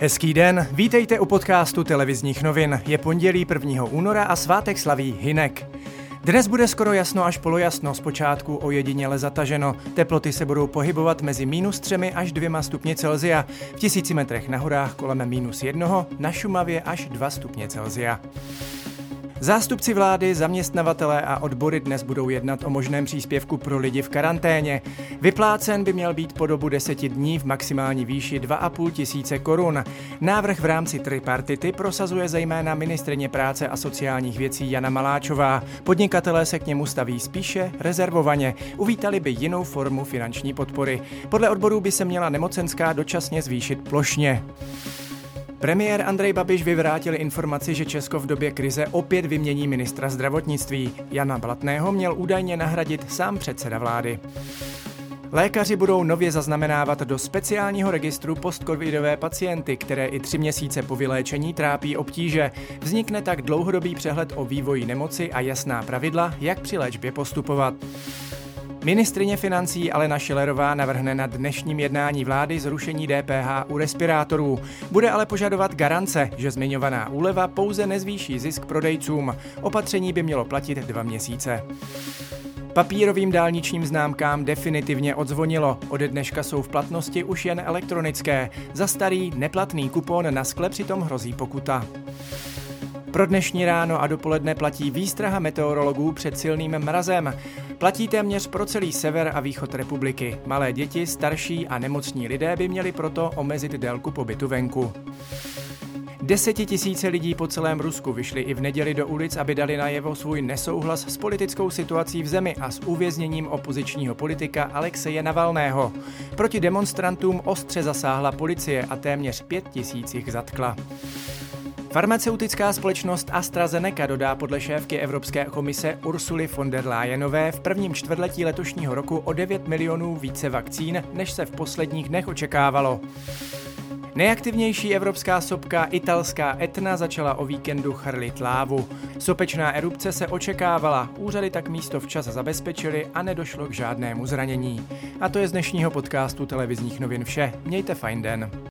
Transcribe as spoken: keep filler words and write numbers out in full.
Hezký den, vítejte u podcastu televizních novin. Je pondělí prvního února a svátek slaví Hynek. Dnes bude skoro jasno až polojasno, zpočátku ojediněle zataženo. Teploty se budou pohybovat mezi minus třemi až dvěma stupně Celsia. V tisíci metrech na horách kolem minus jednoho, na Šumavě až dva stupně Celsia. Zástupci vlády, zaměstnavatelé a odbory dnes budou jednat o možném příspěvku pro lidi v karanténě. Vyplácen by měl být po dobu deseti dní v maximální výši dva a půl tisíce korun. Návrh v rámci tripartity prosazuje zejména ministryně práce a sociálních věcí Jana Maláčová. Podnikatelé se k němu staví spíše rezervovaně. Uvítali by jinou formu finanční podpory. Podle odborů by se měla nemocenská dočasně zvýšit plošně. Premiér Andrej Babiš vyvrátil informaci, že Česko v době krize opět vymění ministra zdravotnictví. Jana Blatného měl údajně nahradit sám předseda vlády. Lékaři budou nově zaznamenávat do speciálního registru postcovidové pacienty, které i tři měsíce po vyléčení trápí obtíže. Vznikne tak dlouhodobý přehled o vývoji nemoci a jasná pravidla, jak při léčbě postupovat. Ministryně financí Alena Schillerová navrhne na dnešním jednání vlády zrušení D P H u respirátorů. Bude ale požadovat garance, že zmiňovaná úleva pouze nezvýší zisk prodejcům. Opatření by mělo platit dva měsíce. Papírovým dálničním známkám definitivně odzvonilo. Ode dneška jsou v platnosti už jen elektronické. Za starý, neplatný kupon na skle přitom hrozí pokuta. Pro dnešní ráno a dopoledne platí výstraha meteorologů před silným mrazem. Platí téměř pro celý sever a východ republiky. Malé děti, starší a nemocní lidé by měli proto omezit délku pobytu venku. Desetitisíce lidí po celém Rusku vyšli i v neděli do ulic, aby dali najevo svůj nesouhlas s politickou situací v zemi a s uvězněním opozičního politika Alexeje Navalného. Proti demonstrantům ostře zasáhla policie a téměř pět tisíc jich zatkla. Farmaceutická společnost AstraZeneca dodá podle šéfky Evropské komise Ursuly von der Leyenové v prvním čtvrtletí letošního roku o devět milionů více vakcín, než se v posledních dnech očekávalo. Nejaktivnější evropská sopka italská Etna začala o víkendu chrlit lávu. Sopečná erupce se očekávala, úřady tak místo včas zabezpečily a nedošlo k žádnému zranění. A to je z dnešního podcastu televizních novin vše. Mějte fajn den.